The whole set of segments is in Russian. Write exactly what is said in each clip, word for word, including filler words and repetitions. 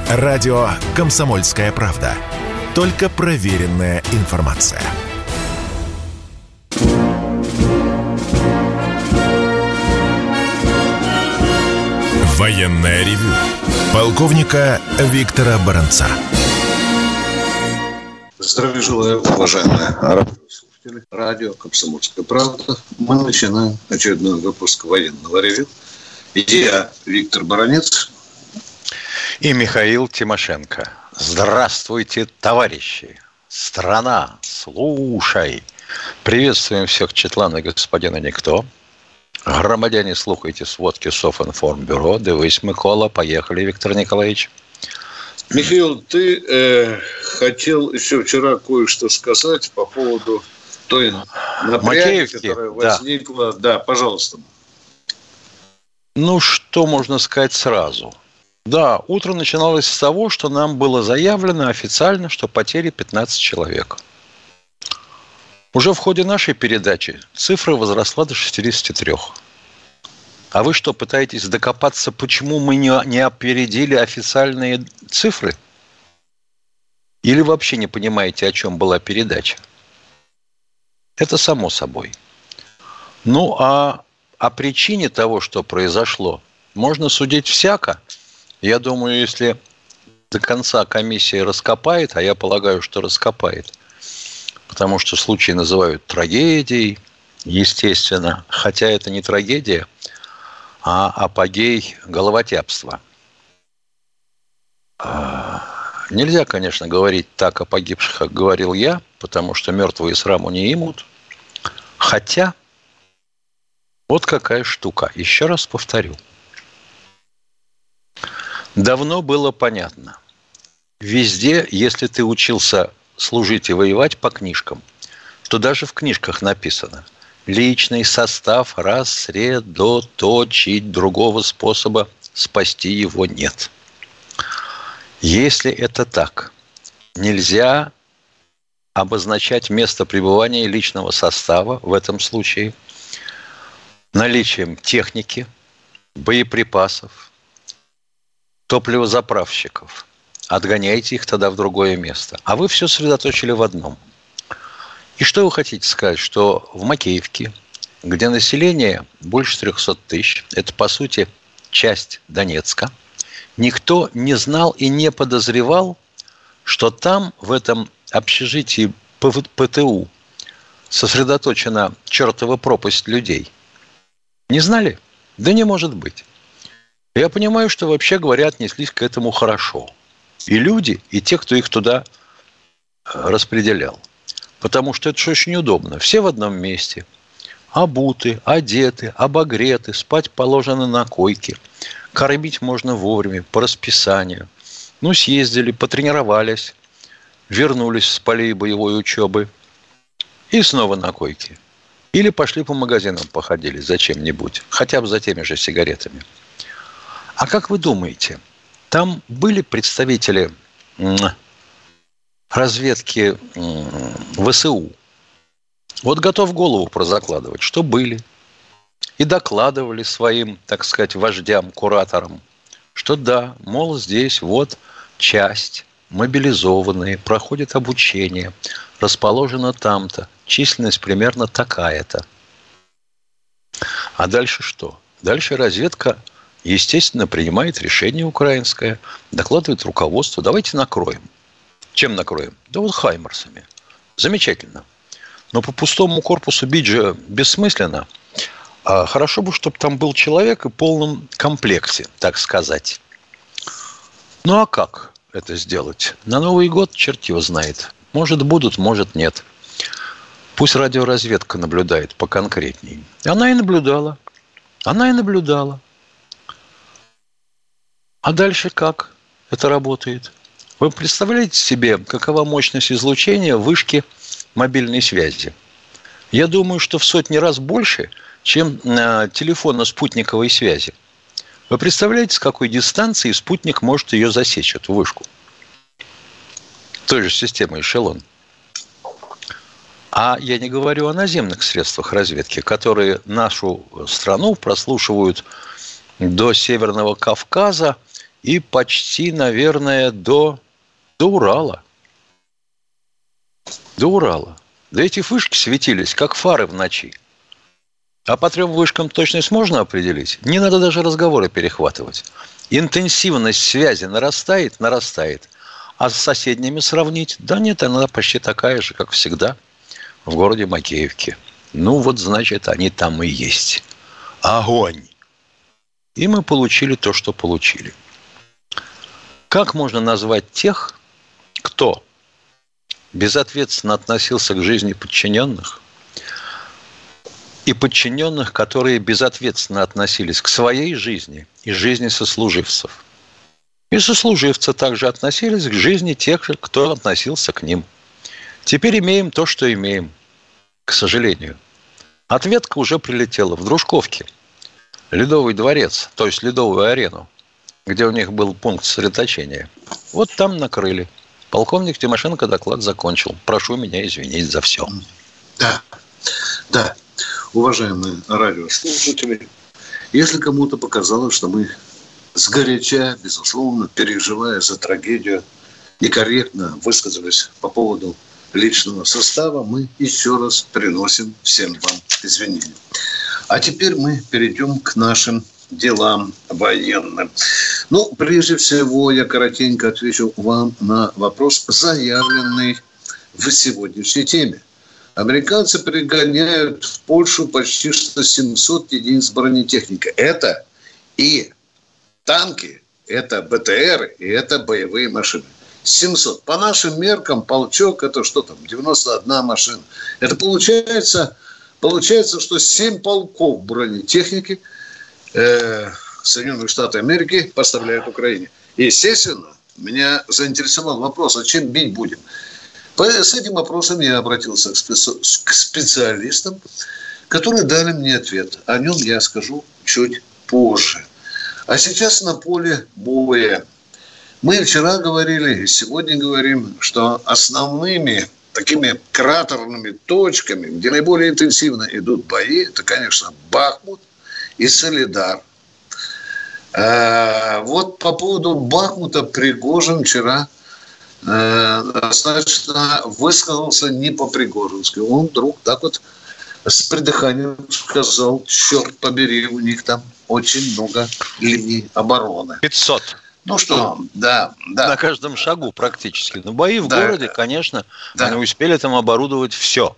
Радио «Комсомольская правда». Только проверенная информация. Военное ревю полковника Виктора Баранца. Здравия желаю, уважаемые слушатели радио «Комсомольская правда». Мы начинаем очередной выпуск военного ревю. Я Виктор Баранец. И Михаил Тимошенко. Здравствуйте, товарищи! Страна, слушай! Приветствуем всех Четлана господина Никто. Громадяне, слухайте сводки Софинформбюро. Дивись, Микола. Поехали, Виктор Николаевич. Михаил, ты э, хотел еще вчера кое-что сказать по поводу той напряги, которая возникла. Да. да, пожалуйста. Ну, что можно сказать сразу? Да, утро начиналось с того, что нам было заявлено официально, что потери пятнадцать человек. Уже в ходе нашей передачи цифра возросла до шестьдесят три. А вы что, пытаетесь докопаться, почему мы не, не опередили официальные цифры? Или вообще не понимаете, о чем была передача? Это само собой. Ну, а о причине того, что произошло, можно судить всяко. Я думаю, если до конца комиссия раскопает, а я полагаю, что раскопает, потому что случаи называют трагедией, естественно, хотя это не трагедия, а апогей головотяпства. Нельзя, конечно, говорить так о погибших, как говорил я, потому что мертвые сраму не имут. Хотя, вот какая штука. Еще раз повторю. Давно было понятно. Везде, если ты учился служить и воевать по книжкам, то даже в книжках написано: личный состав рассредоточить, другого способа спасти его нет. Если это так, нельзя обозначать место пребывания личного состава в этом случае наличием техники, боеприпасов, топливозаправщиков. Отгоняйте их тогда в другое место. А вы все сосредоточили в одном. И что вы хотите сказать? Что в Макеевке, где население больше трехсот тысяч, это, по сути, часть Донецка, никто не знал и не подозревал, что там, в этом общежитии ПТУ, сосредоточена чертова пропасть людей? Не знали? Да не может быть. Я понимаю, что, вообще говоря, отнеслись к этому хорошо. И люди, и те, кто их туда распределял. Потому что это же очень удобно. Все в одном месте. Обуты, одеты, обогреты, спать положено на койке. Кормить можно вовремя, по расписанию. Ну, съездили, потренировались, вернулись с полей боевой учебы и снова на койке. Или пошли по магазинам, походили за чем-нибудь. Хотя бы за теми же сигаретами. А как вы думаете, там были представители разведки ВСУ? Вот готов голову прозакладывать, что были. И докладывали своим, так сказать, вождям, кураторам, что да, мол, здесь вот часть, мобилизованные, проходит обучение, расположена там-то, численность примерно такая-то. А дальше что? Дальше разведка, естественно, принимает решение украинское, докладывает руководству: давайте накроем. Чем накроем? Да вот хаймарсами. Замечательно. Но по пустому корпусу бить же бессмысленно. А хорошо бы, чтобы там был человек и в полном комплекте, так сказать. Ну а как это сделать? На Новый год черт его знает. Может будут, может нет. Пусть радиоразведка наблюдает поконкретней. Она и наблюдала. Она и наблюдала. А дальше как это работает? Вы представляете себе, какова мощность излучения вышки мобильной связи? Я думаю, что в сотни раз больше, чем э, телефона спутниковой связи. Вы представляете, с какой дистанции спутник может ее засечь, эту вышку? Той же системы эшелон. А я не говорю о наземных средствах разведки, которые нашу страну прослушивают до Северного Кавказа и почти, наверное, до, до Урала. До Урала. Да эти вышки светились, как фары в ночи. А по трем вышкам точность можно определить? Не надо даже разговоры перехватывать. Интенсивность связи нарастает, нарастает. А с соседними сравнить? Да нет, она почти такая же, как всегда в городе Макеевке. Ну вот, значит, они там и есть. Огонь! И мы получили то, что получили. Как можно назвать тех, кто безответственно относился к жизни подчиненных, и подчиненных, которые безответственно относились к своей жизни и жизни сослуживцев? И сослуживцы также относились к жизни тех, кто относился к ним. Теперь имеем то, что имеем, к сожалению. Ответка уже прилетела в Дружковке. Ледовый дворец, то есть Ледовую арену, где у них был пункт сосредоточения. Вот там накрыли. Полковник Тимошенко доклад закончил. Прошу меня извинить за все. Да, да. Уважаемые радиослушатели, если кому-то показалось, что мы сгоряча, безусловно, переживая за трагедию, некорректно высказались по поводу личного состава, мы еще раз приносим всем вам извинения. А теперь мы перейдем к нашим делам военным. Ну, прежде всего, я коротенько отвечу вам на вопрос, заявленный в сегодняшней теме. Американцы пригоняют в Польшу почти что семьсот единиц бронетехники. Это и танки, это БТР, и это боевые машины. семьсот. По нашим меркам, полчок, это что там, девяносто одна машина. Это получается, получается что семь полков бронетехники э, Соединенных Штатов Америки поставляют Украине. И, естественно, меня заинтересовал вопрос, а чем бить будем? С этим вопросом я обратился к специалистам, которые дали мне ответ. О нем я скажу чуть позже. А сейчас на поле боя. Мы вчера говорили, и сегодня говорим, что основными такими кратерными точками, где наиболее интенсивно идут бои, это, конечно, Бахмут и Солидар. А вот по поводу Бахмута Пригожин вчера достаточно высказался не по-пригожински. Он вдруг так вот с придыханием сказал, черт побери, у них там очень много линий обороны. пятьсот. Ну что, да, да. На каждом шагу практически. Но бои в да, городе, конечно, да. Они успели там оборудовать все.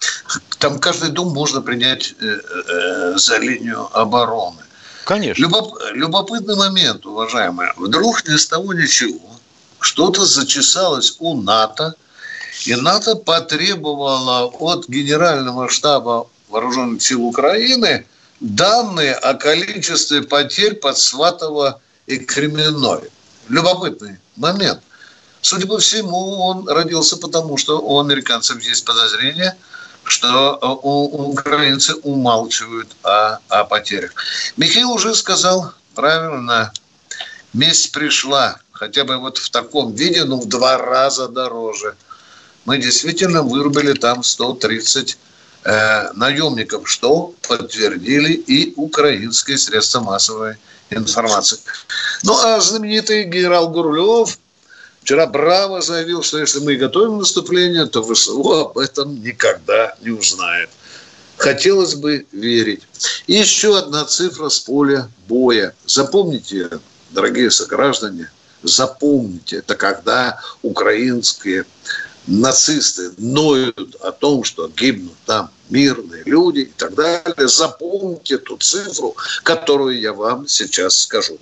Там каждый дом можно принять э, э, за линию обороны. Конечно. Любоп... Любопытный момент, уважаемые. Вдруг ни с того ничего что-то зачесалось у НАТО, и НАТО потребовало от Генерального штаба Вооруженных сил Украины данные о количестве потерь под Сватово и Кременной. Любопытный момент. Судя по всему, он родился потому, что у американцев есть подозрение, что украинцы умалчивают о, о потерях. Михаил уже сказал правильно, месть пришла. Хотя бы вот в таком виде, ну, в два раза дороже. Мы действительно вырубили там сто тридцать э, наемников, что подтвердили и украинские средства массовой информации. Ну, а знаменитый генерал Гурлев вчера браво заявил, что если мы готовим наступление, то ВСУ об этом никогда не узнает. Хотелось бы верить. И еще одна цифра с поля боя. Запомните, дорогие сограждане, запомните, это когда украинские нацисты ноют о том, что гибнут там мирные люди и так далее. Запомните ту цифру, которую я вам сейчас скажу.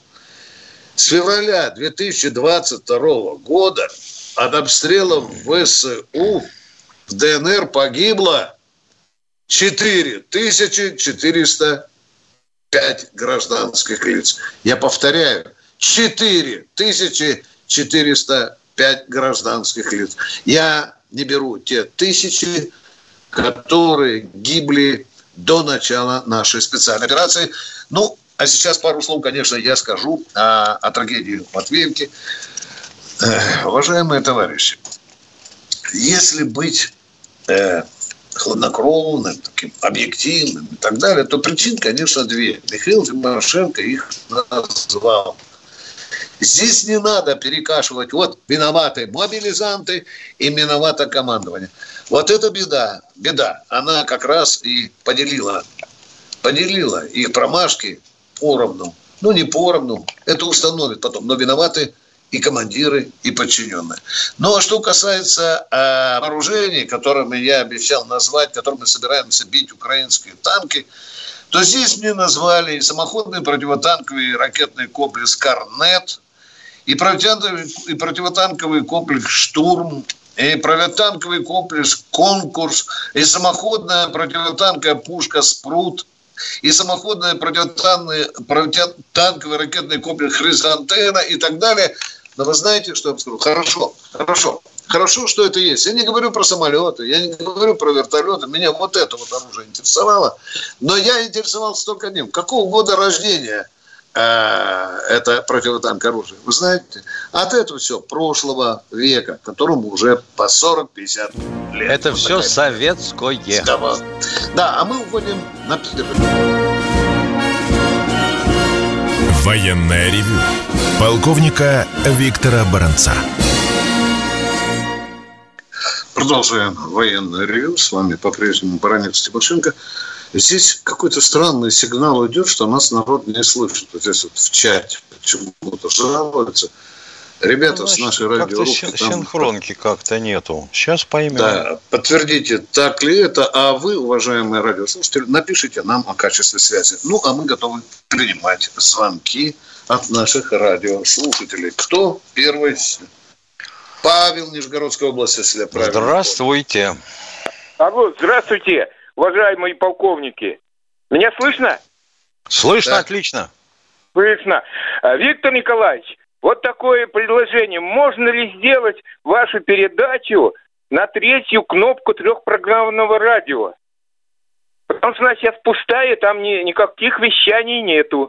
С февраля две тысячи двадцать второго года от обстрелов ВСУ в ДНР погибло четыре тысячи четыреста пять гражданских лиц. Я повторяю, четыре тысячи четыреста пять гражданских лиц. Я не беру те тысячи, которые гибли до начала нашей специальной операции. Ну, а сейчас пару слов, конечно, я скажу о, о трагедии в Матвеевке. Э, уважаемые товарищи, если быть э, хладнокровным, таким объективным и так далее, то причин, конечно, две. Михаил Тимошенко их назвал. Здесь не надо перекашивать. Вот виноваты мобилизанты и виновато командование. Вот это беда. Беда. Она как раз и поделила. Поделила их промашки поровну. Ну, не поровну. Это установит потом. Но виноваты и командиры, и подчиненные. Ну, а что касается э, вооружений, которыми я обещал назвать, которыми мы собираемся бить украинские танки, то здесь мне назвали и самоходный противотанковый ракетный комплекс «Корнет», и противотанковый, и противотанковый комплекс «Штурм», и противотанковый комплекс «Конкурс», и самоходная противотанковая пушка «Спрут», и самоходный противотанковый, противотанковый ракетный комплекс «Хризантена» и так далее. Но вы знаете, что я вам скажу? Хорошо, хорошо. Хорошо, что это есть. Я не говорю про самолеты, я не говорю про вертолеты. Меня вот это вот оружие интересовало. Но я интересовался только одним. Какого года рождения э, это противотанковое оружие? Вы знаете? От этого все прошлого века, которому уже по сорок-пятьдесят лет. Это вот все советское. Да, да, а мы уходим на перерыв. Военное ревю полковника Виктора Баранца. Продолжаем военное ревю. С вами по-прежнему Баранец, Тимошенко. Здесь какой-то странный сигнал идет, что нас народ не слышит. Вот здесь вот в чате почему-то жалуются. Ребята, ну, значит, с нашей радиорубки... Как-то там... синхронки как-то нету. Сейчас поймем. Да, подтвердите, так ли это. А вы, уважаемые радиослушатели, напишите нам о качестве связи. Ну, а мы готовы принимать звонки от наших радиослушателей. Кто первый? Павел, Нижегородская область, если я правильно. Здравствуйте. Алло, здравствуйте, уважаемые полковники. Меня слышно? Слышно, да. Отлично. Слышно. Виктор Николаевич, вот такое предложение. Можно ли сделать вашу передачу на третью кнопку трехпрограммного радио? Потому что она сейчас пустая, там ни, никаких вещаний нету.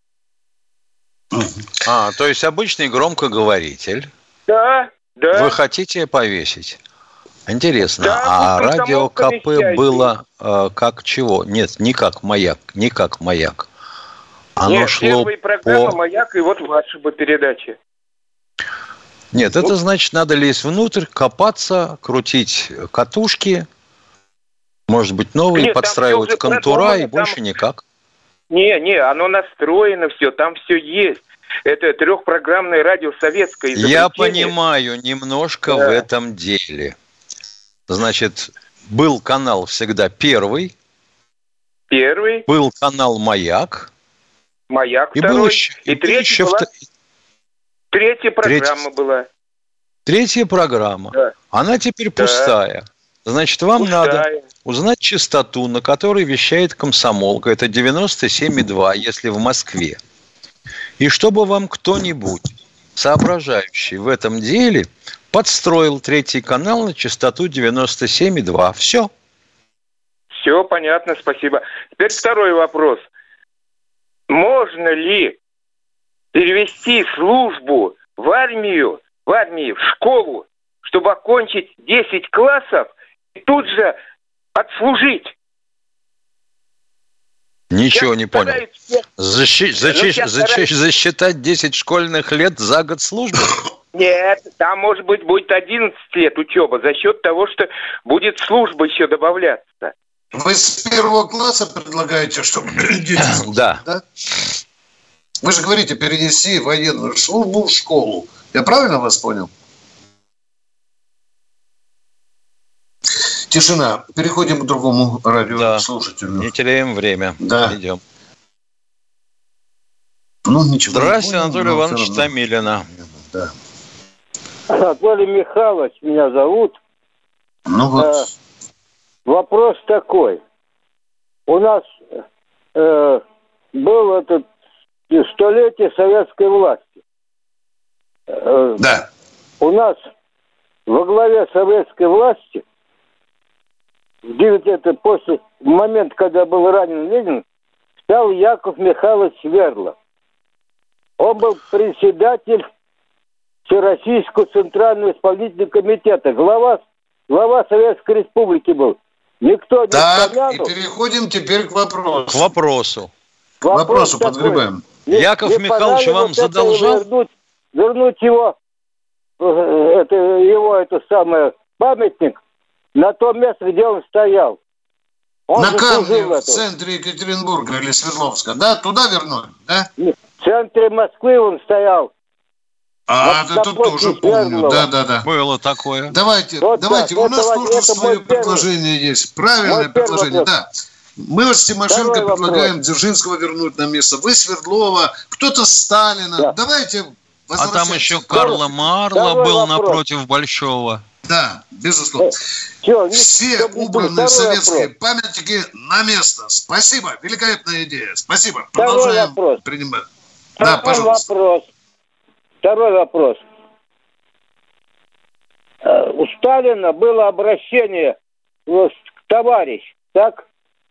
А, то есть обычный громкоговоритель. Да, да. Вы хотите повесить? Интересно. Да, а вот радио КП было э, как чего? Нет, не как маяк, не как маяк. Оно Нет, шло первая программа по... «Маяк» и вот ваша бы передача. Нет, ну... это значит, надо лезть внутрь, копаться, крутить катушки, может быть, новые, Нет, подстраивать контура и там... больше никак. Не, не, оно настроено все, там все есть. Это трехпрограммное радио советское изобретение. Я понимаю немножко да. в этом деле. Значит, был канал всегда первый. Первый. Был канал «Маяк». «Маяк» и второй. Был еще, и, и третья была... Третья программа Треть... была. Третья программа. Да. Она теперь да. пустая. Значит, вам пустая. Надо узнать частоту, на которой вещает «Комсомолка». Это девяносто семь и два, если в Москве. И чтобы вам кто-нибудь, соображающий в этом деле, подстроил третий канал на частоту девяносто семь и два. Все. Все понятно, спасибо. Теперь второй вопрос. Можно ли перевести службу в армию, в армии, в школу, чтобы окончить десять классов и тут же отслужить? Ничего не понял. Защи... Защи... Защи... Засчитать десять школьных лет за год службы? Нет, там, может быть, будет одиннадцать лет учеба за счет того, что будет служба еще добавляться. Вы с первого класса предлагаете, чтобы дети служили, да. да? Вы же говорите, перенести военную службу в школу. Я правильно вас понял? Тишина. Переходим к другому радиослушателю. Да. Не теряем время. Да. Идем. Ну, ничего. Здравствуйте, Анатолий Иванович Томилина. Да. Анатолий Михайлович меня зовут. Ну вот. Э, вопрос такой. У нас э, был этот столетие советской власти. Э, да. У нас во главе советской власти это после момента, когда был ранен Ленин, стал Яков Михайлович Сверлов. Он был председатель Всероссийского Центрального исполнительного комитета, глава, глава Советской Республики был. Никто не так, помянул. И переходим теперь к вопросу. К вопросу. К вопросу подгребаем. Не, Яков не Михайлович вам вот задолжал? Вернуть, вернуть его, это, его, это самое, памятник на то место, где он стоял. Он на камне в этого. центре Екатеринбурга или Свердловска, да? Туда вернули, да? В центре Москвы он стоял. А, вот это тут тоже помню, да-да-да. Было такое. Давайте, вот давайте, так. у нас это, тоже это свое предложение первый. есть. Правильное мой предложение, да. Мы вот с Тимошенко Второй предлагаем вопрос. Дзержинского вернуть на место. Вы Свердлова, кто-то Сталина. Да. Давайте А там еще Второй, Карла Марло был вопрос. напротив Большого. Да, безусловно. Все, Все убранные советские вопрос. памятники на место. Спасибо. Великолепная идея. Спасибо. Второй Продолжаем вопрос. принимать. Второй Да, пожалуйста. вопрос. Второй вопрос. У Сталина было обращение товарищ, так?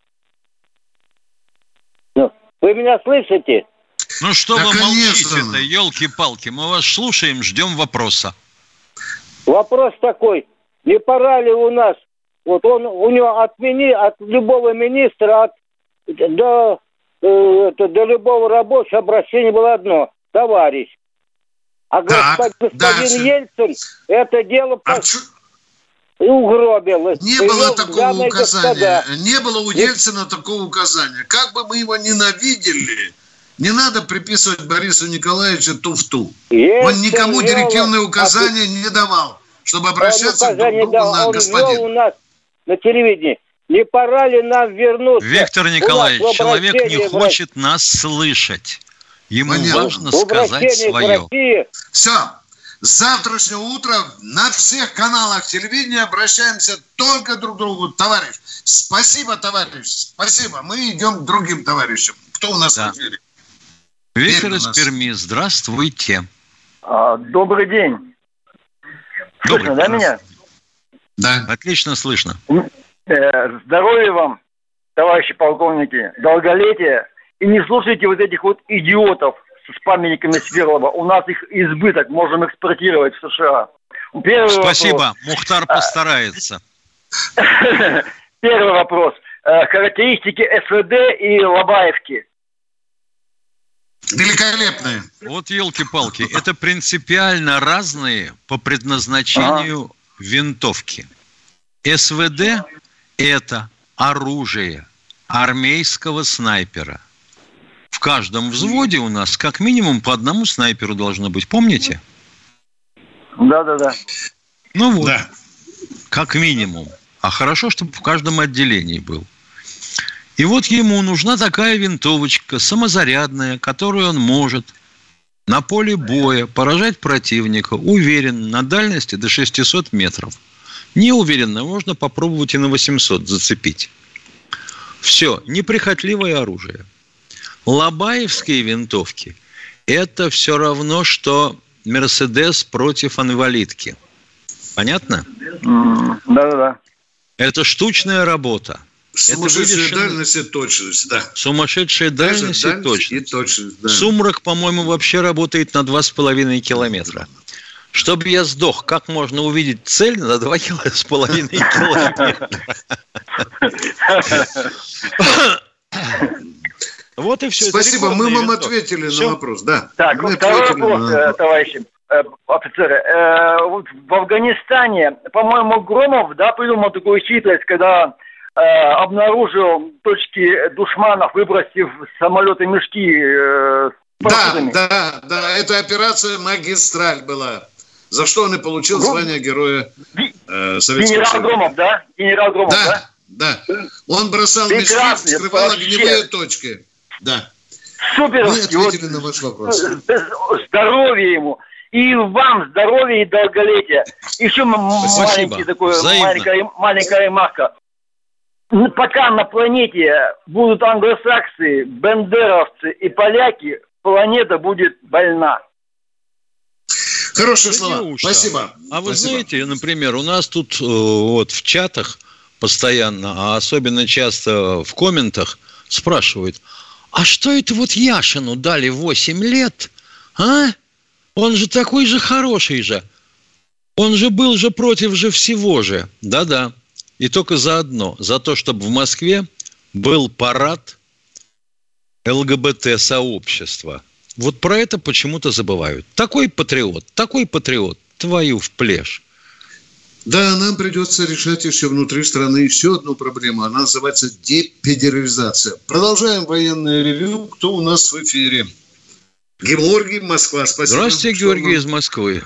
Вы меня слышите? Ну что да, вы конечно. молчите-то, елки-палки? Мы вас слушаем, ждем вопроса. Вопрос такой. Не пора ли у нас, вот он, у него от, мини, от любого министра, от, до, э, до любого рабочего обращение было одно. Товарищ. А так, господин дальше. Ельцин это дело А по... ч... угробил. Не Привел было такого указания. господа. Не было у Ельцина такого указания. Как бы мы его ненавидели, не надо приписывать Борису Николаевичу туфту. Ельцин Он никому вел... директивные указания не давал, чтобы обращаться он друг к другу дал, на он господин. вел у нас на телевидении. Не пора ли нам вернуться? Виктор Николаевич, человек не хочет нас слышать. Ему Понятно. важно сказать свое. Все. С завтрашнего утра на всех каналах телевидения обращаемся только друг к другу. Товарищ, спасибо, товарищ, спасибо. Мы идем к другим товарищам. Кто у нас да. в эфире? Виктор из Перми, здравствуйте. А, добрый день. Добрый слышно, да, меня? Да. Отлично слышно. Э, здоровья вам, товарищи полковники, долголетия. И не слушайте вот этих вот идиотов с памятниками Сверлова. У нас их избыток, можем экспортировать в США. Первый Спасибо, вопрос. Мухтар постарается. Первый вопрос. Характеристики СВД и Лобаевки. Великолепные. Вот елки-палки, это принципиально разные по предназначению ага. винтовки. СВД – это оружие армейского снайпера. В каждом взводе у нас как минимум по одному снайперу должно быть. Помните? Да-да-да. Ну вот, да. как минимум. А хорошо, чтобы в каждом отделении был. И вот ему нужна такая винтовочка самозарядная, которую он может на поле боя поражать противника уверенно на дальности до шестьсот метров. Неуверенно можно попробовать и на восемьсот зацепить. Все, неприхотливое оружие. Лобаевские винтовки – это все равно, что Мерседес против инвалидки. Понятно? Да-да-да. Это штучная работа. Сумасшедшая вывешен... дальность и точность, да. Сумасшедшая дальность, дальность и точность. И точность да. Сумрак, по-моему, вообще работает на два с половиной километра. Чтобы я сдох, как можно увидеть цель на два с половиной километра? Вот и все. Спасибо, мы вам ответили на вопрос, да. Так, второй вопрос, товарищи офицеры. В Афганистане, по-моему, Громов, да, придумал такую хитрость, когда э, обнаружил точки душманов, выбросив самолеты мешки э, с парашютами. Да, да, да, это операция «Магистраль» была, за что он и получил звание Героя э, Советского Союза. Генерал Громов, да? Генерал Громов, да? Да, да. Он бросал мешки, скрывал огневые точки. Да. Супер. Мы ответили вот на ваш вопрос. Здоровья ему. И вам здоровья и долголетия. Еще маленький такой, маленькая, маленькая ремарка. Пока на планете будут англосаксы, бендеровцы и поляки, планета будет больна. Хорошие слова. Спасибо. А вы Спасибо. знаете, например, у нас тут вот в чатах постоянно, а особенно часто в комментах спрашивают, а что это вот Яшину дали восемь лет, а? Он же такой же хороший же. Он же был же против же всего же. Да-да. И только заодно. За то, чтобы в Москве был парад ЛГБТ-сообщества. Вот про это почему-то забывают. Такой патриот, такой патриот, твою в плешь. Да, нам придется решать еще внутри страны еще одну проблему. Она называется депедерализация. Продолжаем военное ревью. Кто у нас в эфире? Георгий, Москва. Спасибо. Здравствуйте, Георгий из Москвы.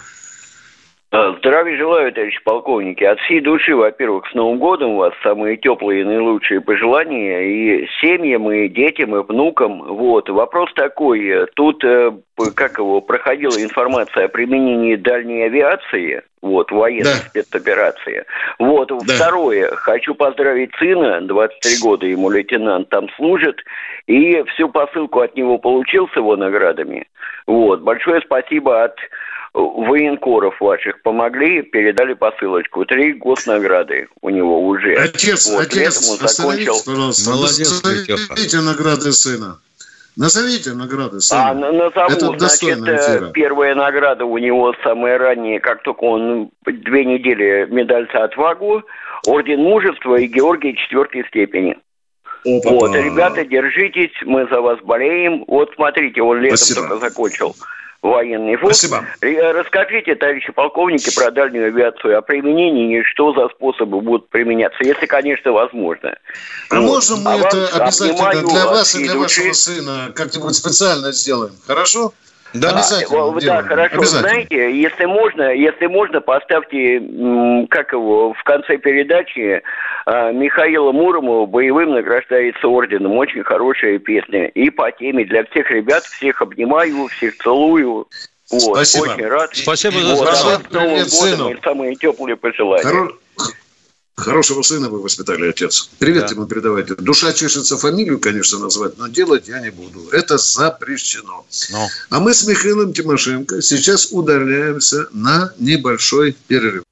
Здравия желаю, товарищи полковники. От всей души, во-первых, с Новым годом вас самые теплые и наилучшие пожелания и семьям, и детям, и внукам. Вот. Вопрос такой. Тут, как его, проходила информация о применении дальней авиации, вот, военной да. спецоперации. Вот. Да. Второе. Хочу поздравить сына, двадцать три года ему лейтенант там служит, и всю посылку от него получил с его наградами. Вот. Большое спасибо от военкоров ваших, помогли, передали посылочку. Три госнаграды у него уже. Отец, вот, отец, закончил. Пожалуйста, молодец, назовите награды сына. Назовите награды сына. А, назову, значит, первая награда у него самая ранняя, как только он две недели медаль за отвагу, орден мужества и Георгий четвертой степени. О, вот, ребята, держитесь, мы за вас болеем. Вот смотрите, он летом Спасибо. только закончил военный вуз. Спасибо. Расскажите, товарищи полковники, про дальнюю авиацию, о применении и что за способы будут применяться, если, конечно, возможно. А вот. Можем мы а это обязательно для вас и для души. Вашего сына как-нибудь специально сделаем, хорошо? Да, обязательно. Да, хорошо. Обязательно. Знаете, если можно, если можно, поставьте, как его, в конце передачи Михаила Муромова «Боевым награждается орденом». Очень хорошая песня. И по теме для всех ребят, всех обнимаю, всех целую. Вот. Спасибо. Очень рад. Спасибо за вот. С Новым годом и самые теплые пожелания. Хоро... Хорошего сына вы воспитали, отец. Привет да. ему передавайте. Душа чешется, фамилию, конечно, назвать, но делать я не буду. Это запрещено. Но. А мы с Михаилом Тимошенко сейчас удаляемся на небольшой перерыв.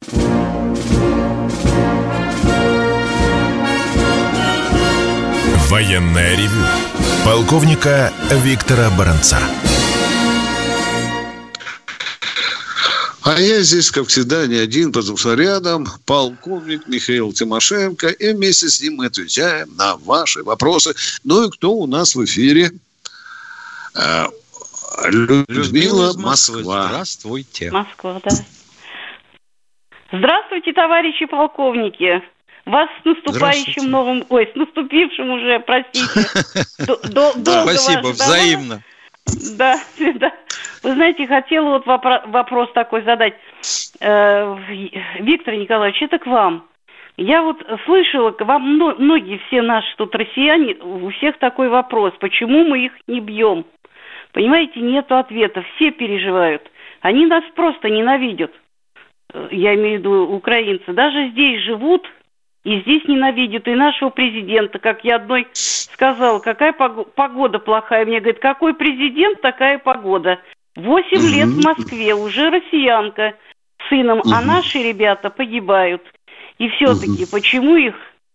Военное ревю полковника Виктора Баранца. А я здесь, как всегда, не один, потому что рядом полковник Михаил Тимошенко, и вместе с ним мы отвечаем на ваши вопросы. Ну и кто у нас в эфире? Людмила, Людмила Москва. Здравствуйте. Москва, да. Здравствуйте, товарищи полковники. Вас с наступающим новым... Ой, с наступившим уже, простите. Спасибо, взаимно. Да, да. Вы знаете, хотела вот вопро- вопрос такой задать. Э, Виктор Николаевич, это к вам. Я вот слышала, вам многие все наши тут россияне, у всех такой вопрос, почему мы их не бьем? Понимаете, нету ответа, все переживают. Они нас просто ненавидят. Я имею в виду украинцы. Даже здесь живут и здесь ненавидят и нашего президента. Как я одной сказала, какая погода плохая. Мне говорит, какой президент, такая погода. Восемь лет в Москве, уже россиянка с сыном, угу. а наши ребята погибают. И все-таки, угу. почему их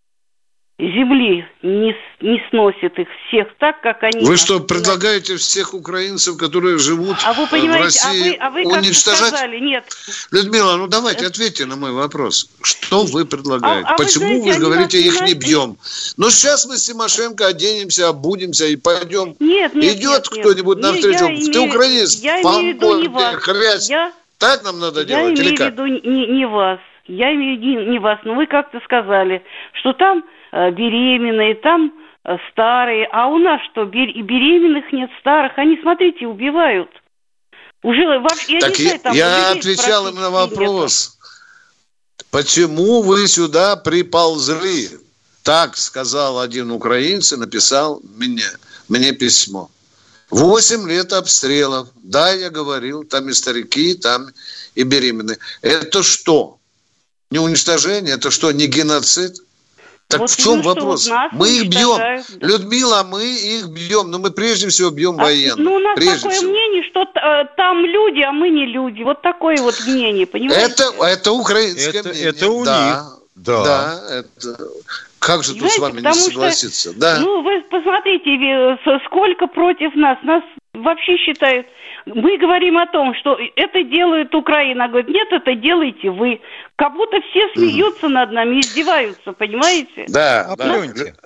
земли не, не сносят их всех так, как они... Вы что, предлагаете всех украинцев, которые живут а вы понимаете, в России, а вы, а вы уничтожать? Сказали, нет. Людмила, ну давайте ответьте на мой вопрос. Что вы предлагаете? А, а Почему вы, знаете, вы говорите, их знаете... не бьем? Ну сейчас мы с Тимошенко оденемся, обудемся и пойдем. Нет, нет, Идет нет, кто-нибудь нет. навстречу? Я Ты имею... украинец, я имею в виду не вас. Хрясь. Я... Так нам надо я делать? Я или как? имею в виду не, не вас. Я имею в виду не вас. Но вы как-то сказали, что там э, беременные, там э, старые. А у нас что, бер... беременных нет, старых? Они, смотрите, убивают. Уже вообще... Я, так не знаю, там я отвечал им на вопрос. Нету. Почему вы сюда приползли? Так сказал один украинец и написал мне, мне письмо. Восемь лет обстрелов. Да, я говорил, там и старики, там и беременные. Это что? Не уничтожение? Это что, не геноцид? Так вот в чем вопрос? Мы их бьем. Да. Людмила, мы их бьем. Но мы прежде всего бьем а, военных. Ну, у нас прежде такое всего. мнение, что э, там люди, а мы не люди. Вот такое вот мнение, понимаете? Это, это украинское это, мнение. Это у да, них. Да. Да, это... Как же тут с вами не согласиться? Что, да. Ну, вы посмотрите, сколько против нас. Нас вообще считают... Мы говорим о том, что это делает Украина. Говорит, нет, это делаете вы. Как будто все смеются mm. над нами, издеваются, понимаете? Да, а да.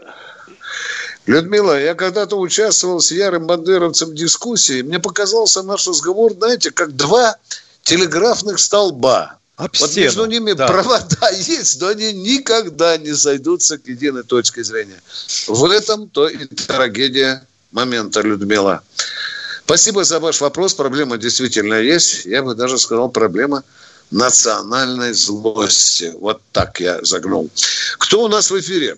Людмила, я когда-то участвовал с ярым бандеровцем в дискуссии. Мне показался наш разговор, знаете, как два телеграфных столба. Об Вот стену, между ними да. провода есть, но они никогда не сойдутся к единой точке зрения. В этом-то и трагедия момента, Людмила. Спасибо за ваш вопрос. Проблема действительно есть. Я бы даже сказал, проблема национальной злости. Вот так я загнул. Кто у нас в эфире?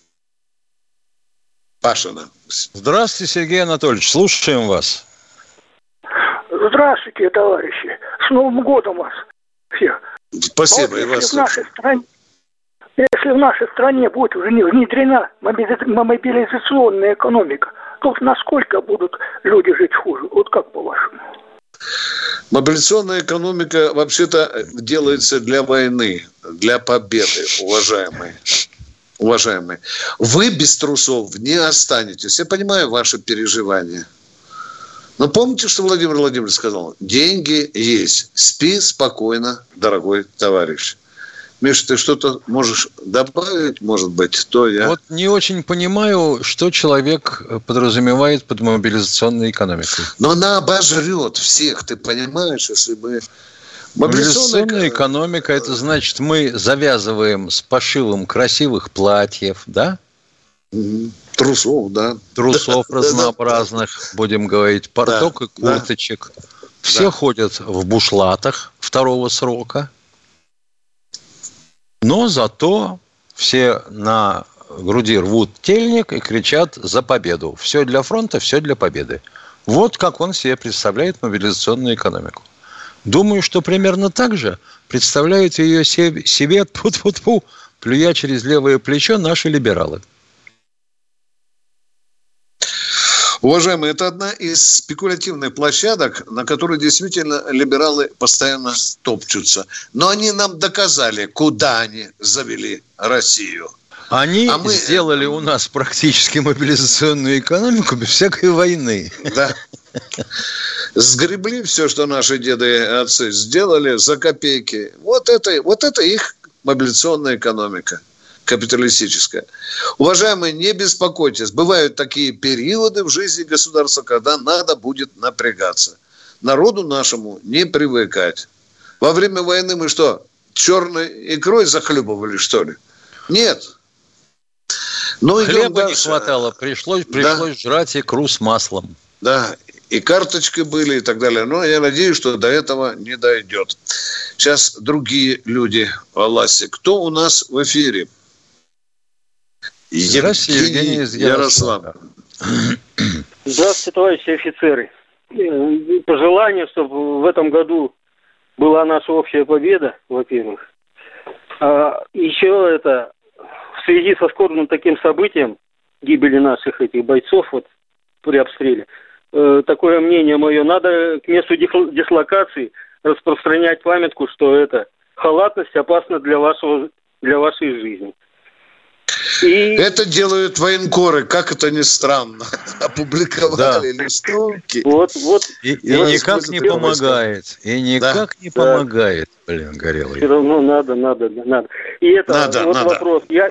Пашина. Здравствуйте, Сергей Анатольевич. Слушаем вас. Здравствуйте, товарищи. С Новым годом вас всех. Спасибо. Вот И вас если, в нашей стране, если в нашей стране будет уже не внедрена мобилизационная экономика, то насколько будут люди жить хуже? Вот как по-вашему? Мобилизационная экономика вообще-то делается для войны, для победы, уважаемые. Уважаемые. Вы без трусов не останетесь. Я понимаю ваши переживания. Но помните, что Владимир Владимирович сказал? Деньги есть. Спи спокойно, дорогой товарищ. Миша, ты что-то можешь добавить, может быть? То я... Вот не очень понимаю, что человек подразумевает под мобилизационной экономикой. Но она обожрет всех, ты понимаешь, если мы... Мобилизационная экономика, это значит, мы завязываем с пошивом красивых платьев, да? Трусов, да. Трусов да, разнообразных, да, будем говорить, порток да, и курточек. Да. Все да. ходят в бушлатах второго срока. Но зато все на груди рвут тельник и кричат за победу. Все для фронта, все для победы. Вот как он себе представляет мобилизационную экономику. Думаю, что примерно так же представляют ее себе, себе тьфу-тьфу-тьфу, плюя через левое плечо наши либералы. Уважаемые, это одна из спекулятивных площадок, на которой действительно либералы постоянно топчутся. Но они нам доказали, куда они завели Россию. Они а мы... сделали у нас практически мобилизационную экономику без всякой войны. Да. Сгребли все, что наши деды и отцы сделали за копейки. Вот это, вот это их мобилизационная экономика. Капиталистическая. Уважаемые, не беспокойтесь. Бывают такие периоды в жизни государства, когда надо будет напрягаться. Народу нашему не привыкать. Во время войны мы что, черной икрой захлебывали, что ли? Нет. Но хлеба не хватало. Пришлось, пришлось да. жрать икру с маслом. Да, и карточки были и так далее. Но я надеюсь, что до этого не дойдет. Сейчас другие люди во власти. Кто у нас в эфире? Здравствуйте, Евгений из Ярославля. Здравствуйте, товарищи офицеры. Пожелание, чтобы в этом году была наша общая победа, во-первых. А еще это, в связи со скорбным таким событием, гибели наших этих бойцов вот при обстреле, э, такое мнение мое, надо к месту дислокации распространять памятку, что это халатность опасна для вашего, для вашей жизни. И... Это делают военкоры, как это ни странно. Опубликовали да. листовки. Вот, вот. И, и, и никак не помогает. И никак да. не да. помогает, блин, Горелый. Все равно надо, надо, надо. И это надо, вот надо. вопрос. Я,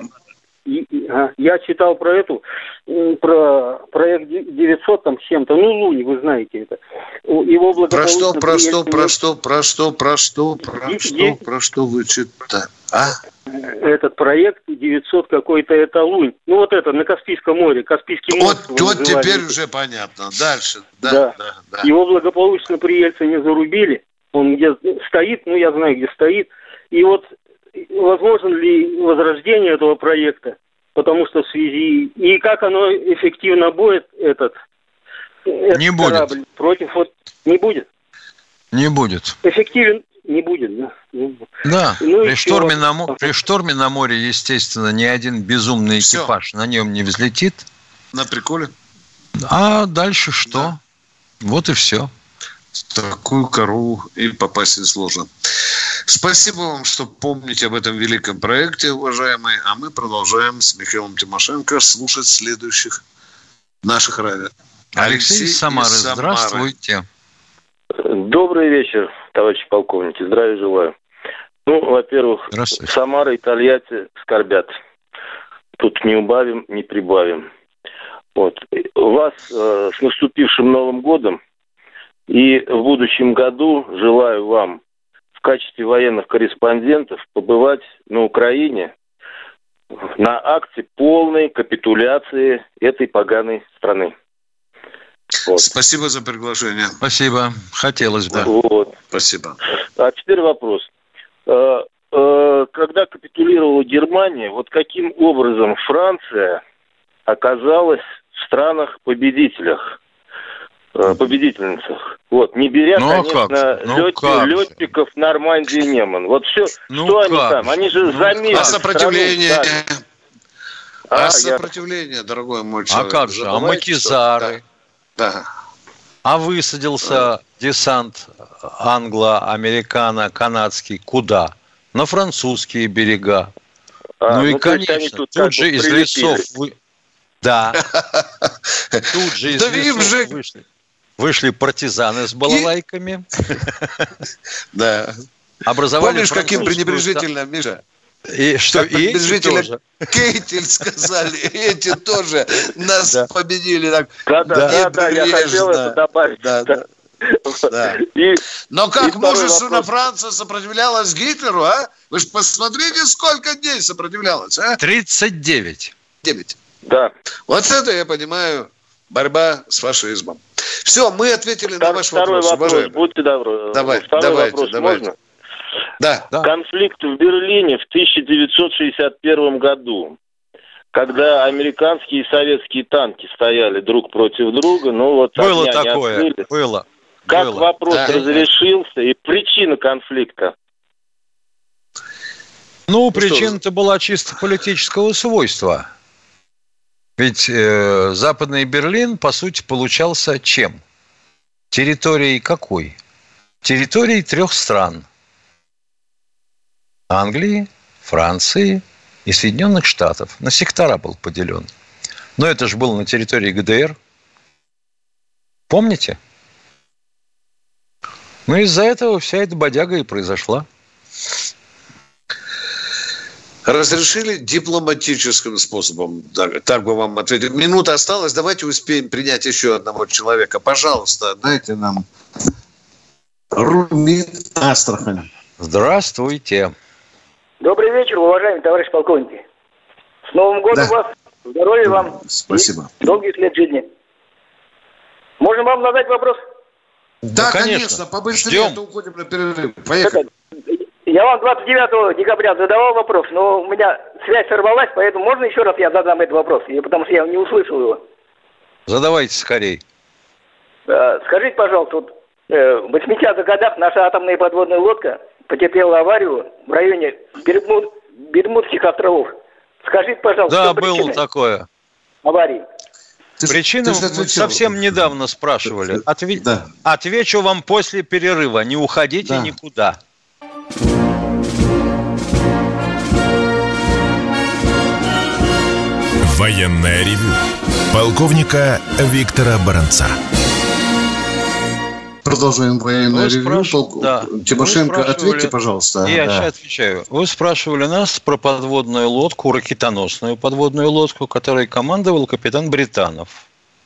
я читал про эту, про проект девятьсот там с чем-то, ну, Лунь, вы знаете это. Его про что, про что, про что, про что, про что, про что, про что вы читали? А? Этот проект девятьсот какой-то, это Лунь. Ну, вот это, на Каспийском море, Каспийский море. Вот, вот теперь уже понятно. Дальше. Да, да. Да, да. Его благополучно при Ельцине зарубили. Он где стоит, ну, я знаю, где стоит. И вот возможно ли возрождение этого проекта? Потому что в связи... И как оно эффективно будет, этот... Не будет. Корабль против... Вот, не будет? Не будет. Эффективен... Не будет, да? Да, ну, при, шторме на, при шторме на море, естественно, ни один безумный Все. экипаж на нем не взлетит. На приколе. А дальше что? Да. Вот и все. Такую корову и попасть несложно. Спасибо вам, что помните об этом великом проекте, уважаемые. А мы продолжаем с Михаилом Тимошенко слушать следующих наших радио. Алексей, Алексей из Самары. Из Самары. Здравствуйте. Добрый вечер, товарищи полковники. Здравия желаю. Ну, во-первых, Самара и Тольятти скорбят. Тут не убавим, не прибавим. Вот. Вас э, с наступившим Новым годом. И в будущем году желаю вам в качестве военных корреспондентов побывать на Украине на акте полной капитуляции этой поганой страны. Вот. Спасибо за приглашение. Спасибо. Хотелось бы. Вот. Спасибо. А теперь вопрос. Когда капитулировала Германия, вот каким образом Франция оказалась в странах-победителях, победительницах? Вот, не беря, ну, конечно, ну, лет, летчиков Нормандии и Неман. Вот все, ну, что они там? Же? Они же ну, замерили. А сопротивление? Страну, а, а сопротивление, я... дорогой мой человек. А как же? А макизары? Да. да. А высадился да. десант англо-американо канадский куда? На французские берега. А, ну, ну и, конечно, тут, тут же из прилетели. лесов... Вы... Да. Тут же из лесов вышли. Вышли партизаны с балалайками. Да. Образовали Помнишь, каким пренебрежительным, Миша? И что, и эти тоже. Кейтель сказали, эти тоже нас да. победили. Так, да, да, да, да, я хотел это добавить. Да, да. Да. И, Но как мужественно Франция сопротивлялась Гитлеру, а? Вы же посмотрите, сколько дней сопротивлялась, а? тридцать девять. девять. Да. Вот это я понимаю, борьба с фашизмом. Все, мы ответили Втор, на ваш второй вопрос. вопрос, уважаемый. Будьте добры. Давай, второй давайте, вопрос давайте. можно? Да. Конфликт в Берлине в тысяча девятьсот шестьдесят первом году, когда американские и советские танки стояли друг против друга, ну вот было огня такое, не открыли. было. Как было. вопрос да. разрешился и причина конфликта? Ну, ну причина-то была чисто политического свойства. Ведь э, Западный Берлин, по сути, получался чем? Территорией какой? Территорией трех стран. Англии, Франции и Соединенных Штатов. На сектора был поделен. Но это же было на территории ГДР. Помните? Ну, из-за этого вся эта бодяга и произошла. Разрешили дипломатическим способом. Так, так бы вам ответить. Минута осталась. Давайте успеем принять еще одного человека. Пожалуйста, дайте нам Румит Астрахань. Здравствуйте. Добрый вечер, уважаемые товарищи полковники. С Новым годом да. вас. Здоровья вам. Спасибо. Долгих лет жизни. Можно вам задать вопрос? Да, ну, конечно. Побыстрее, а то уходим на перерыв. Поехали. Я вам двадцать девятого декабря задавал вопрос, но у меня связь сорвалась, поэтому можно еще раз я задам этот вопрос, потому что я не услышал его. Задавайте скорей. Скажите, пожалуйста, вот в восьмидесятых годах наша атомная подводная лодка потерпела аварию в районе Бермуд, Бермудских островов. Скажите, пожалуйста, да, было такое. Аварии. Причину мы совсем недавно спрашивали. Отве... Да. Отвечу вам после перерыва. Не уходите да. никуда. Военное ревю полковника Виктора Баранца. Продолжаем военное ревю. Полк... Да. Тимошенко, ответьте, пожалуйста. Я да. сейчас отвечаю. Вы спрашивали нас про подводную лодку, ракетоносную подводную лодку, которой командовал капитан Британов.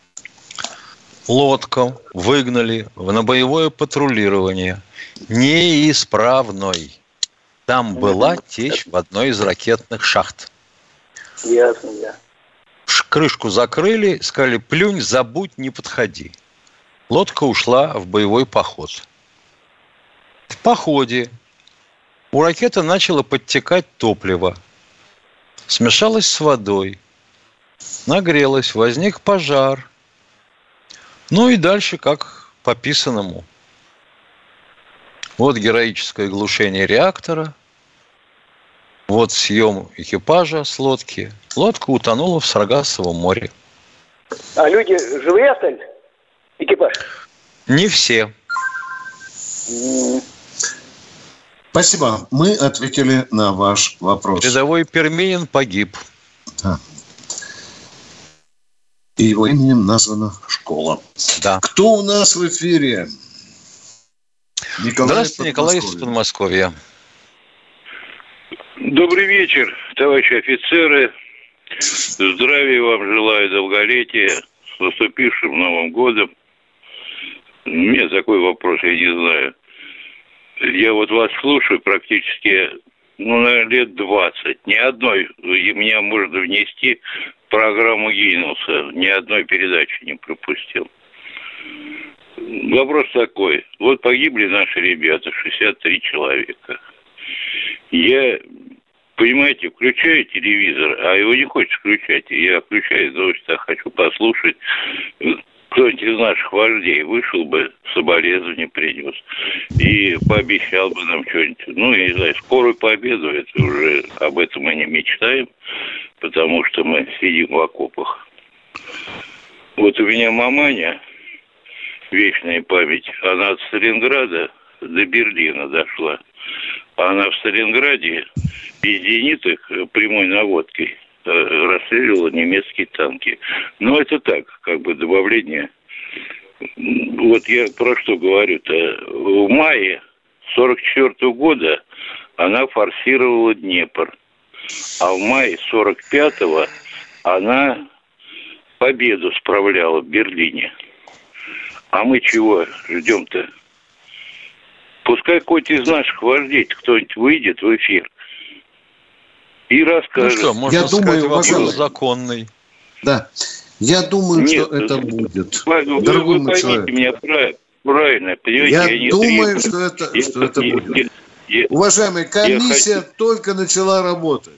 Лодку выгнали на боевое патрулирование. Неисправной. Там была течь в одной из ракетных шахт. Ясно, да. Крышку закрыли, сказали, плюнь, забудь, не подходи. Лодка ушла в боевой поход. В походе у ракеты начало подтекать топливо. Смешалось с водой. Нагрелось, возник пожар. Ну и дальше как по писанному. Вот героическое глушение реактора. Вот съем экипажа с лодки. Лодка утонула в Саргассовом море. А люди живые остались? Экипаж? Не все. Спасибо. Мы ответили на ваш вопрос. Рядовой Перминин погиб. Да. И его именем названа школа. Да. Кто у нас в эфире? Николай Здравствуйте, Николай из Подмосковья. Добрый вечер, товарищи офицеры. Здравия вам желаю, долголетия, с наступившим Новым годом. У меня такой вопрос, я не знаю. Я вот вас слушаю практически, ну, наверное, лет двадцать. Ни одной, и меня можно внести в программу Гиннесса, ни одной передачи не пропустил. Вопрос такой. Вот погибли наши ребята, шестьдесят три человека. Я, понимаете, включаю телевизор, а его не хочешь включать. Я включаю новости, а хочу послушать. Кто-нибудь из наших вождей вышел бы, соболезнования принес и пообещал бы нам что-нибудь. Ну, я не знаю, скорую победу, это уже об этом мы не мечтаем, потому что мы сидим в окопах. Вот у меня маманя, вечная память, она от Сталинграда до Берлина дошла. Она в Сталинграде из зениток прямой наводкой расстреливала немецкие танки. Но это так, как бы добавление. Вот я про что говорю-то. В мае сорок четвёртого года она форсировала Днепр. А в мае сорок пятого она победу справляла в Берлине. А мы чего ждем-то? Пускай какой-то из наших вождей, кто-нибудь выйдет в эфир и расскажет. Ну что, можно я сказать, думаю, вопрос уважаемый, законный. Да. Я думаю, Нет, что это будет. Вы, Дорогой вы мой поймите человек. меня правильно, понимаете? Я, я не думаю, требую. что это, я, что это я, будет. Я, я, Уважаемый, комиссия хочу... только начала работать.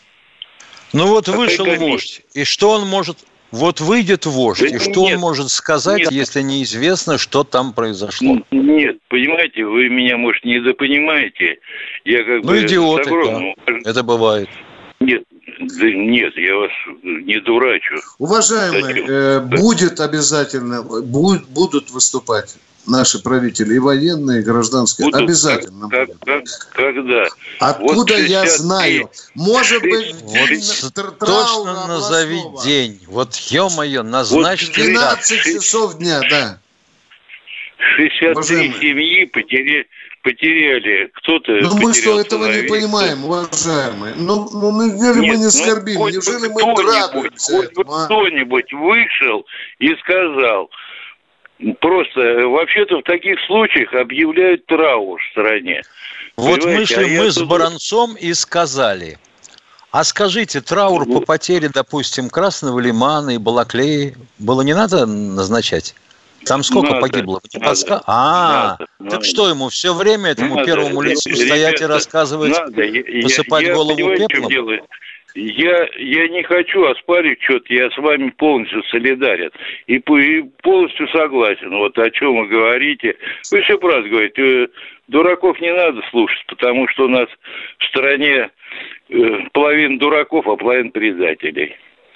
Ну вот Какая вышел комиссия? вождь. И что он может... Вот выйдет вождь, Да и что нет, он может сказать, нет. если неизвестно, что там произошло? Нет, понимаете, вы меня, может, недопонимаете. Я как Ну, бы идиоты, с огромным... да. Это бывает. Нет, да нет, я вас не дурачу. Уважаемый, э, будет обязательно, будут, будут выступать наши правители, и военные, и гражданские. Будут, Обязательно как, будут. Как, когда? Откуда вот я знаю? Может быть, Вот день точно траура назови областного. день. Вот, ё-моё, назначь Вот двенадцать шесть- часов дня, да. шестьдесят три Уважаемые. семьи потеряли, потеряли. Кто-то Но мы что, потерял этого не сыновей, понимаем, уважаемые? Ну, ну неужели Нет, мы не ну, скорбим? хоть Неужели бы мы кто-нибудь, радуемся хоть бы этому, а? кто-нибудь вышел и сказал. Просто, вообще-то в таких случаях объявляют траур в стране. Вот Понимаете, мы а шли я мы с тут- Баранцом и сказали, а скажите, траур по потере, допустим, Красного Лимана и Балаклеи было не надо назначать? Там сколько Надо, погибло? Вы не надо, подска- А, надо, так надо. что ему все время этому Надо, первому лицу ребята, стоять и рассказывать, надо. Я- посыпать я, голову понимаете, в чем пеплом? дело? Я, я не хочу оспаривать что-то, я с вами полностью солидарен и, по- и полностью согласен. Вот о чем вы говорите. Вы все правильно говорите. Э, Дураков не надо слушать, потому что у нас в стране э, половина дураков, а половина предателей.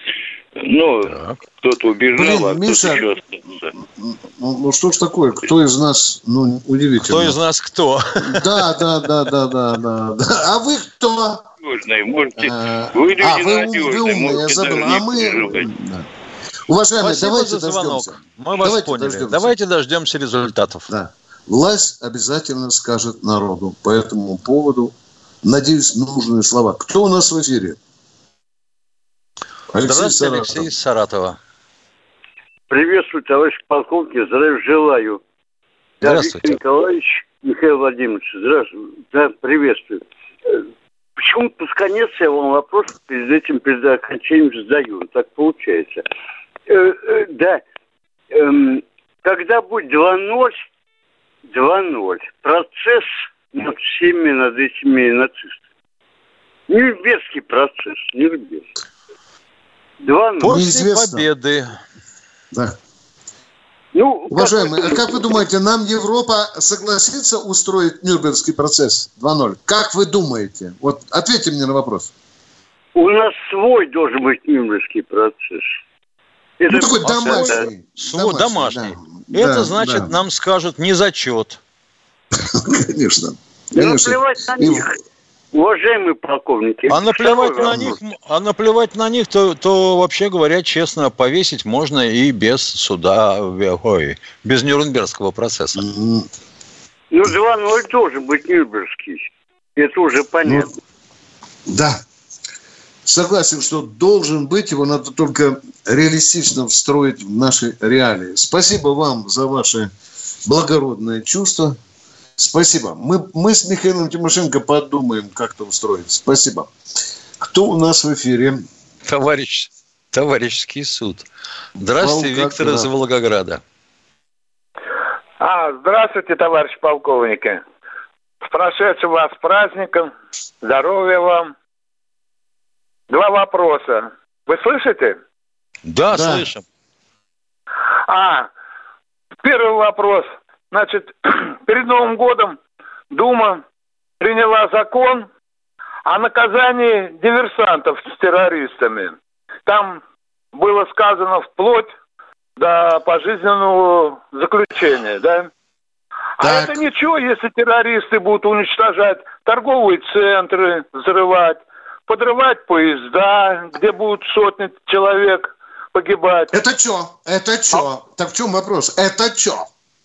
Ну, Так. кто-то убежал, Блин, а кто-то Миша, еще остался. Ну, ну что ж такое? Кто из нас, ну, удивительно. Кто из нас кто? Да, да, да, да, да, да. да. А вы кто? Надежные, можете, А, вы люди а, вы, ум- надежные, вы умные, я можете забыл. даже А не мы... переживать. Да. Уважаемые, Спасибо давайте за звонок. дождемся. Мы вас Давайте поняли. дождемся. Давайте дождемся результатов. Да. Власть обязательно скажет народу по этому поводу, надеюсь, нужные слова. Кто у нас в эфире? Алексей Здравствуйте, Саратов. Алексей из Саратова. Приветствую, товарищ полковник, здравия желаю. Да, Здравствуйте. Виктор Николаевич, Михаил Владимирович, здравствуйте. Да, приветствую. Э, Почему под конец я вам вопрос перед этим, перед окончанием задаю? Так получается. Э, э, да, эм, когда будет два ноль, два ноль, процесс над всеми, над этими нацистами. Нюрнбергский процесс, Нюрнбергский. два ноль. После Неизвестно. победы. Да. Ну, Уважаемые, как а как вы думаете, нам Европа согласится устроить Нюрнбергский процесс два ноль? Как вы думаете? Вот ответьте мне на вопрос. У нас свой должен быть Нюрнбергский процесс. Это Ну, такой А домашний. Свой, домашний. да. Это Да, значит, да. нам скажут не зачет. Конечно. Да Конечно. наплевать на И- них, уважаемые полковники. А наплевать Второй на вопрос. них, а наплевать на них, то, то вообще говоря, честно, повесить можно и без суда, ой, без Нюрнбергского процесса. Мгм. Ну, два ноль должен быть Нюрнбергский. Это уже понятно. Да. согласен, что должен быть, его надо только реалистично встроить в наши реалии. Спасибо вам за ваши благородные чувства. Спасибо. Мы, мы с Михаилом Тимошенко подумаем, как это устроить. Спасибо. Кто у нас в эфире? Товарищ, товарищеский суд. Здравствуйте, Волгоград. Виктор из Волгограда. А, здравствуйте, товарищ полковники. С прошедшим вас праздником. Здоровья вам. Два вопроса. Вы слышите? Да, да. Слышим. А, первый вопрос. Значит, перед Новым годом Дума приняла закон о наказании диверсантов с террористами. Там было сказано вплоть до пожизненного заключения, да? А так. Это ничего, если террористы будут уничтожать торговые центры, взрывать, подрывать поезда, где будут сотни человек погибать. Это что? Это что? А? Так в чем вопрос? Это что?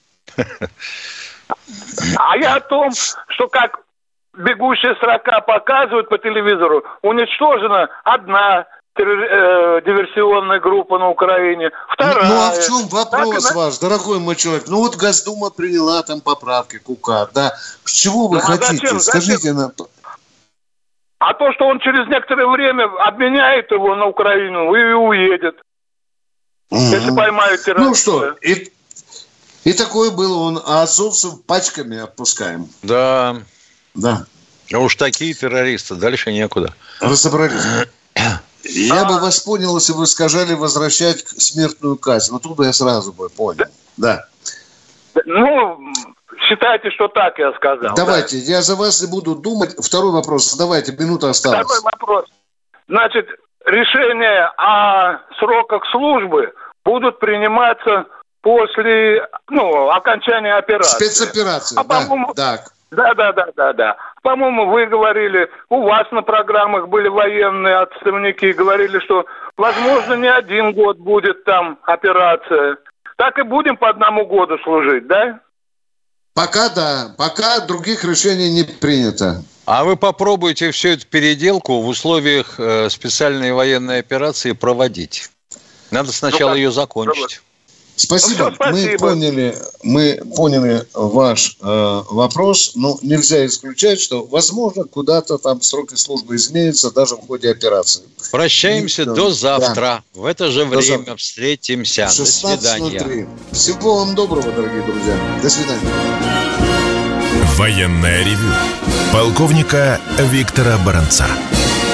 А я о том, что как «Бегущая строка» показывают по телевизору, уничтожена одна диверсионная группа на Украине, вторая. Ну а в чем вопрос так, ваш, да? Дорогой мой человек? Ну вот Госдума приняла там поправки к УК, да? С чего вы ну, хотите? Зачем? Скажите нам. А то, что он через некоторое время обменяет его на Украину и уедет. Mm-hmm. Если поймают террориста. Ну что, и, и такое было, он, а азовцев пачками отпускаем. Да. Да. А уж такие террористы, дальше некуда. Разобрались. Я а... бы вас понял, если вы сказали возвращать смертную казнь. Вот тут бы я сразу бы понял. Да. Ну, считайте, что так я сказал. Давайте, да. Я за вас не буду думать. Второй вопрос задавайте, минута осталась. Второй вопрос. Значит, решения о сроках службы будут приниматься после, ну, окончания операции. Спецоперации, а, да. По-моему, так. Да, да, да, да, да. По-моему, вы говорили, у вас на программах были военные отставники, говорили, что, возможно, не один год будет там операция. Так и будем по одному году служить, да? Пока да, пока других решений не принято. А вы попробуйте всю эту переделку в условиях э, специальной военной операции проводить. Надо сначала ну, ее закончить. Спасибо. Ну, спасибо. Мы поняли, мы поняли ваш э, вопрос. Но нельзя исключать, что, возможно, куда-то там сроки службы изменятся даже в ходе операции. Прощаемся И, до завтра. Да. В это же до время завтра. Встретимся. До свидания. Всего вам доброго, дорогие друзья. До свидания. Военное ревю полковника Виктора Баранца.